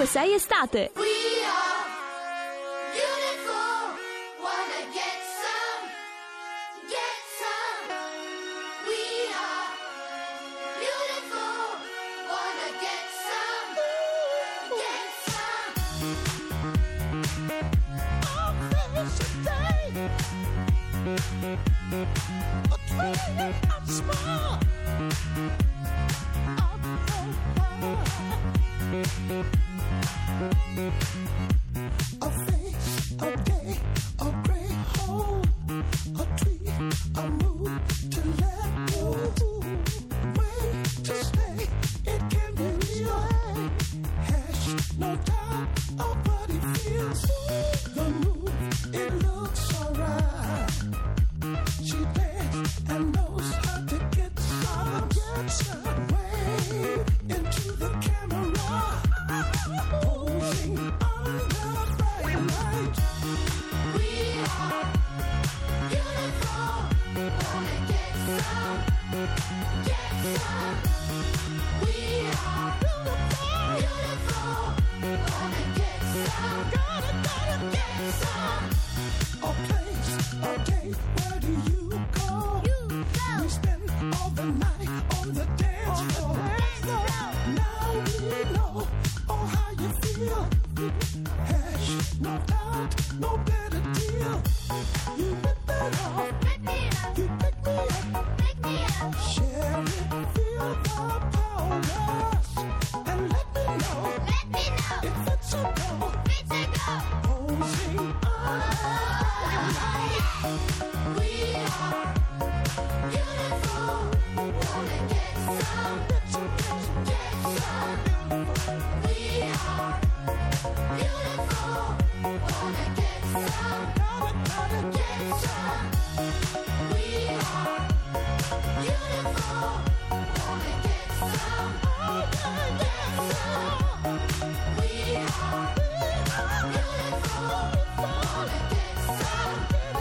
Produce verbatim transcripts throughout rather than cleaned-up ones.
ovunque sei estate. I'm smart. A face, a day, a gray hole, a tree, a mood to let go. Way to stay, it can be real. Hash, no doubt of what it feels. The move, it looks alright. She danced and knows how to get some, get some. Wave into the camera, posing under bright light. We are beautiful, wanna get some, get some. We are beautiful, beautiful, wanna get some, gotta, gotta get some. A place, a date, where do you go? You go. We spend all the night on the dance floor. Now we know, oh how you feel. Hash, no doubt, no better deal. You rip it off, rip me up. You pick me up, pick me up. Share it, feel the power, and let me know, let me know if it's a go, it's a go. Posing we are beautiful, wanna get some, get some. We are beautiful, wanna get some, gotta, gotta get some. We are beautiful, wanna get some, oh yeah, get some. We are beautiful, wanna get some.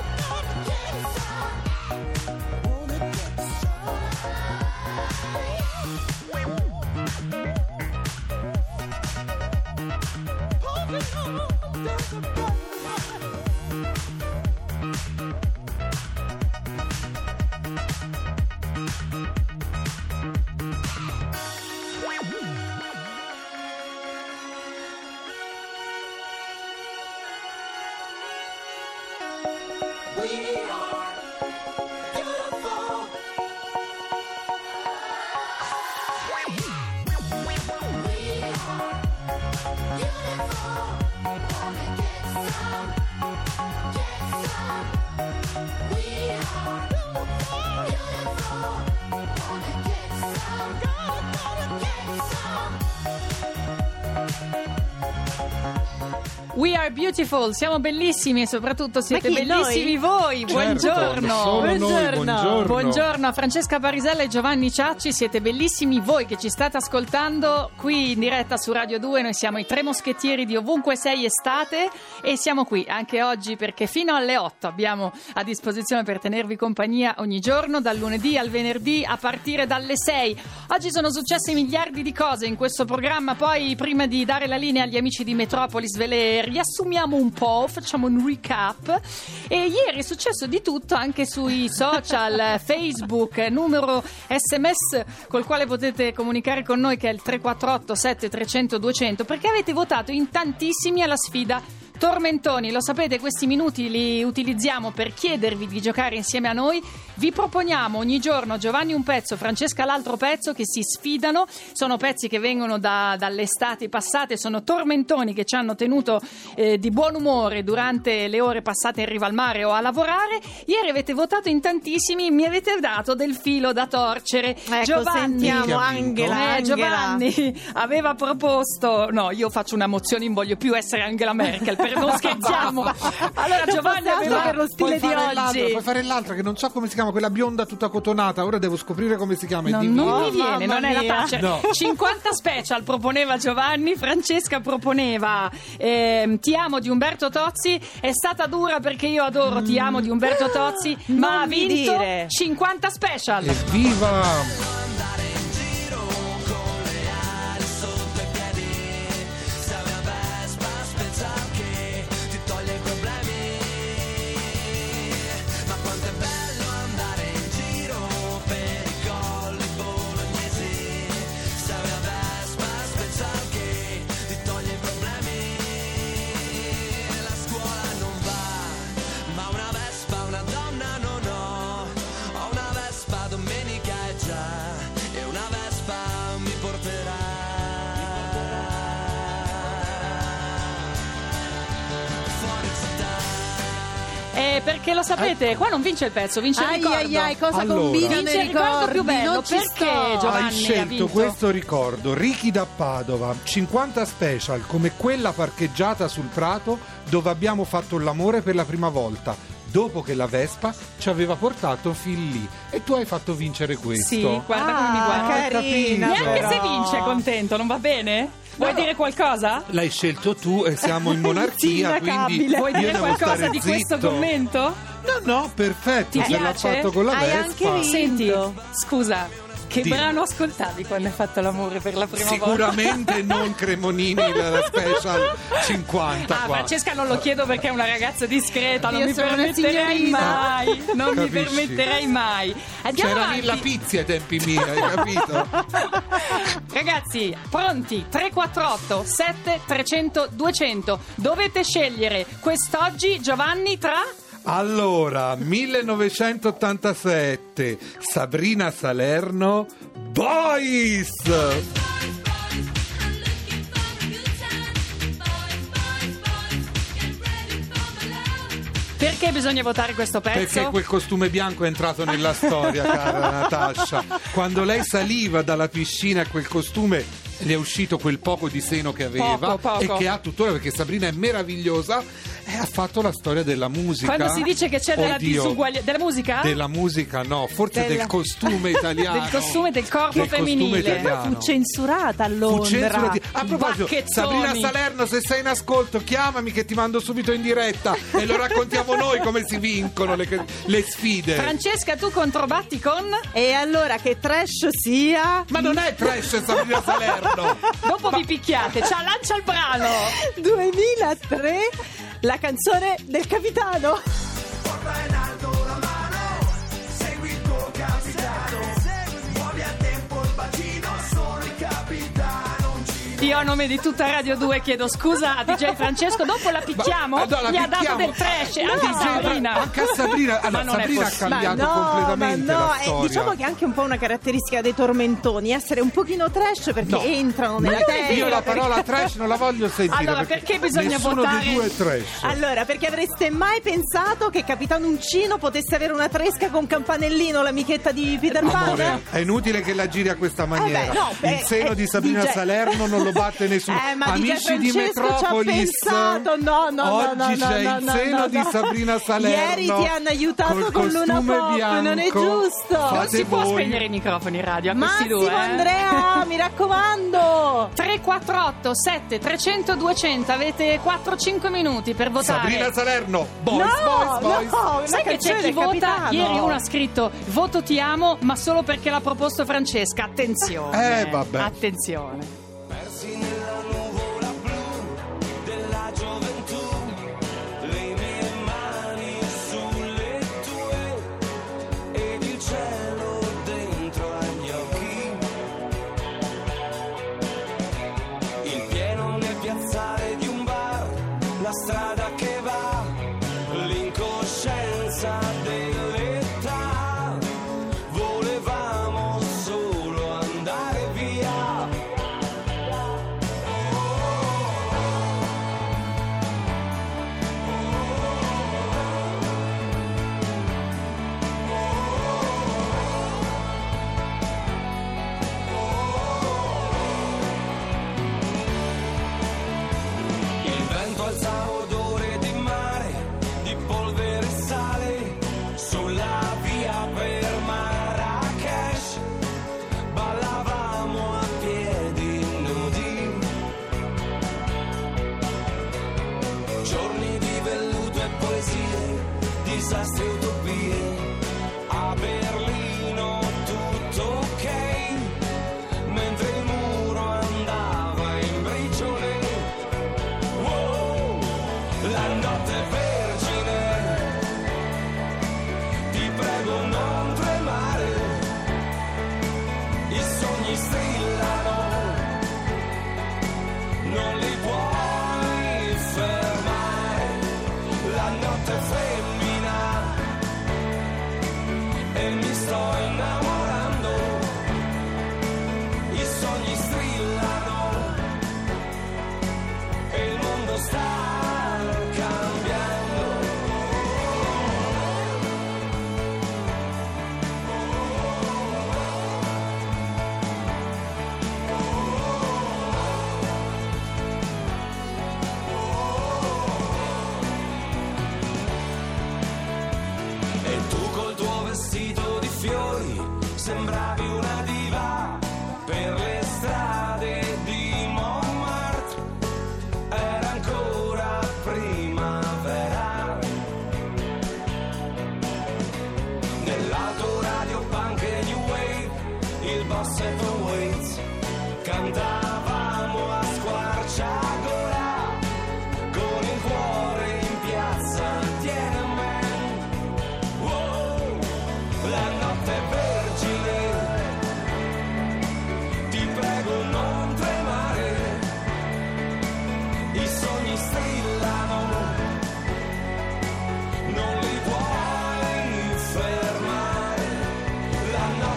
We are beautiful, siamo bellissimi e soprattutto siete chi, bellissimi noi? voi. Certo, Buongiorno. solo noi, buongiorno. Buongiorno a Francesca Barisella e Giovanni Ciacci, siete bellissimi voi che ci state ascoltando qui in diretta su Radio due. Noi siamo i tre moschettieri di Ovunque Sei Estate e siamo qui anche oggi perché fino alle otto abbiamo a disposizione per tenervi compagnia ogni giorno, dal lunedì al venerdì a partire dalle sei. Oggi sono successe miliardi di cose in questo programma, poi prima di dare la linea agli amici di Metropolis ve le riassumiamo un po', facciamo un recap. E ieri è successo di tutto anche sui social, Facebook, numero sms col quale potete comunicare con noi che è il tre quattro otto sette trecento duecento, perché avete votato in tantissimi alla sfida Tormentoni. Lo sapete, questi minuti li utilizziamo per chiedervi di giocare insieme a noi. Vi proponiamo ogni giorno Giovanni un pezzo, Francesca l'altro pezzo, che si sfidano. Sono pezzi che vengono da, dalle estati passate, sono tormentoni che ci hanno tenuto eh, di buon umore durante le ore passate in riva al mare o a lavorare. Ieri avete votato in tantissimi, mi avete dato del filo da torcere. Ecco, Giovanni, sentiamo Angela, eh, Angela. Giovanni aveva proposto, no, io faccio una mozione, non voglio più essere Angela Merkel, per non scherziamo. Allora Giovanni aveva per lo stile di oggi. Puoi fare l'altra che non so come si chiama, quella bionda tutta cotonata. Ora devo scoprire come si chiama. No, Dimmi. non mi Oh, viene, non è la mia. pace. No. cinquanta special proponeva Giovanni, Francesca proponeva ehm, Ti amo di Umberto Tozzi. È stata dura perché io adoro Ti amo di Umberto Tozzi, ma Non ha mi vinto dire. cinquanta special. Evviva! Andare in giro con le ali sotto i piedi, se avevamo perché lo sapete, qua non vince il pezzo, vince il Ai ricordo. ai ai, cosa Allora. combinano Vince i il ricordo ricordi? più bello, Non ci perché sto. Giovanni Hai ha scelto vinto? questo ricordo, Ricky da Padova, cinquanta special come quella parcheggiata sul prato dove abbiamo fatto l'amore per la prima volta, dopo che la Vespa ci aveva portato fin lì, e tu hai fatto vincere questo. Sì, guarda Ah, come mi guarda. carina, Neanche però. se vince contento, non va bene? Vuoi No. dire qualcosa? L'hai scelto tu e siamo in monarchia, quindi Insindacabile. Vuoi io dire devo qualcosa stare di questo zitto. commento? No, no, perfetto, Ti se l'ha piace? fatto con la Hai Vespa. anche vinto. Senti, scusa, che Dimmi. brano ascoltavi quando hai fatto l'amore per la prima volta? Sicuramente non Cremonini, la special cinquanta Ah, qua. Francesca non lo chiedo perché è una ragazza discreta, non Io mi sono una permetterei signorina. mai, non mi Capisci? permetterei mai. Andiamo C'era avanti. Lilla Pizzi ai tempi miei, hai capito? Ragazzi, pronti? tre quattro otto sette trecento duecento. Dovete scegliere quest'oggi, Giovanni, tra... Allora, millenovecentottantasette, Sabrina Salerno, Boys! Perché bisogna votare questo pezzo? Perché quel costume bianco è entrato nella storia, cara Natascia. Quando lei saliva dalla piscina a quel costume, le è uscito quel poco di seno che aveva Poco, poco. e che ha tuttora, perché Sabrina è meravigliosa e ha fatto la storia della musica. Quando si dice che c'è della Oddio, disuguaglianza... Della musica? Della musica no, forse Della- del costume italiano. Del costume del corpo Del costume femminile. italiano. Fu censurata a Fu Londra. censurati. A proposito, Bacchettoni. Sabrina Salerno, se sei in ascolto, chiamami che ti mando subito in diretta e lo raccontiamo noi come si vincono le, le sfide. Francesca, tu contробatti con... E allora che trash sia Ma non è trash Sabrina Salerno. Dopo vi picchiate. Ciao, lancia il brano. duemilatré, la canzone del capitano. Porta in alto la mano, segui il tuo capitano, muovi a tempo il bacino, sono il capitano. Io a nome di tutta Radio due chiedo scusa a D J Francesco. Dopo la picchiamo? Ma- no, la Gli ha dato picchiamo. del trash. No, Anche no, Sabrina. anche a Sabrina. Allora, Ma non è Sabrina ha possibile. cambiato ma no, completamente ma no, la eh, storia. diciamo che è anche un po' una caratteristica dei tormentoni, essere un pochino trash perché No. entrano Ma nella io- testa. io la parola trash non la voglio sentire. Allora, perché bisogna nessuno votare- dei due è trash. Allora, perché avreste mai pensato che Capitano Uncino potesse avere una tresca con Campanellino, l'amichetta di Peter Pan? Amore, è inutile che la giri a questa maniera. beh, no, beh, il seno eh, di Sabrina D J Salerno non lo batte nessuno. Eh, ma D J Amici di Francesco ci ha Metropolis, pensato. No, no, no, oggi no, no, c'è no, il no, seno no, di no. Sabrina Salerno. Ieri ti hanno aiutato col con Luna costume Pop, bianco. non è giusto. Non Fate si può voi. spegnere i microfoni in radio a questi Massimo due. eh. Andrea, mi raccomando. tre quattro otto sette trecento duecento. Avete quattro cinque minuti per votare. Sabrina Salerno, boys, no, boys, boys. no, una Sai che c'è canzone chi del vota? capitano. Ieri uno ha scritto voto ti amo, ma solo perché l'ha proposto Francesca. Attenzione. Eh, vabbè. Attenzione. Persi nella nuvola blu della gioventù, le mie mani sulle tue ed il cielo dentro agli occhi, il pieno nel piazzale di un bar, la strada che va, l'incoscienza dell'età, volevamo solo andare via.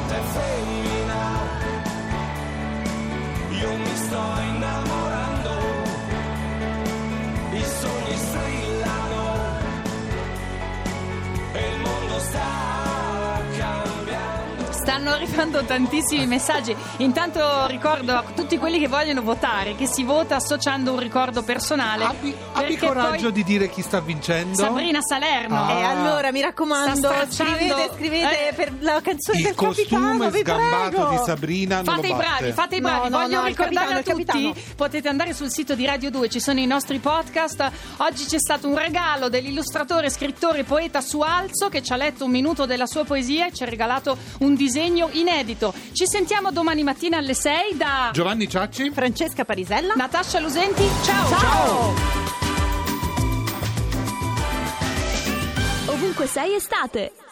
è femmina. Io mi sto innamorando, i sogni strillano e il mondo sta cambiando. Stanno arrivando tantissimi messaggi. Intanto ricordo a tutti quelli che vogliono votare che si vota associando un ricordo personale. Abbi, abbi perché coraggio poi di dire chi sta vincendo. Sabrina Salerno. Ah. E allora mi raccomando, Sta stracciando- scrivete, scrivete eh. per la canzone Il del capitano, costume vi sgambato prego. di Sabrina non Fate lo i batte. bravi, fate i bravi. No, no, Voglio no, il ricordare capitano, a il tutti, capitano. potete andare sul sito di Radio due, ci sono i nostri podcast. Oggi c'è stato un regalo dell'illustratore, scrittore e poeta Sualzo che ci ha letto un minuto della sua poesia e ci ha regalato un disegno inedito. Ci sentiamo domani mattina alle sei da Giovanni Ciacci? Francesca Parisella. Natascia Lusenti. Ciao! Ciao. Ovunque sei estate.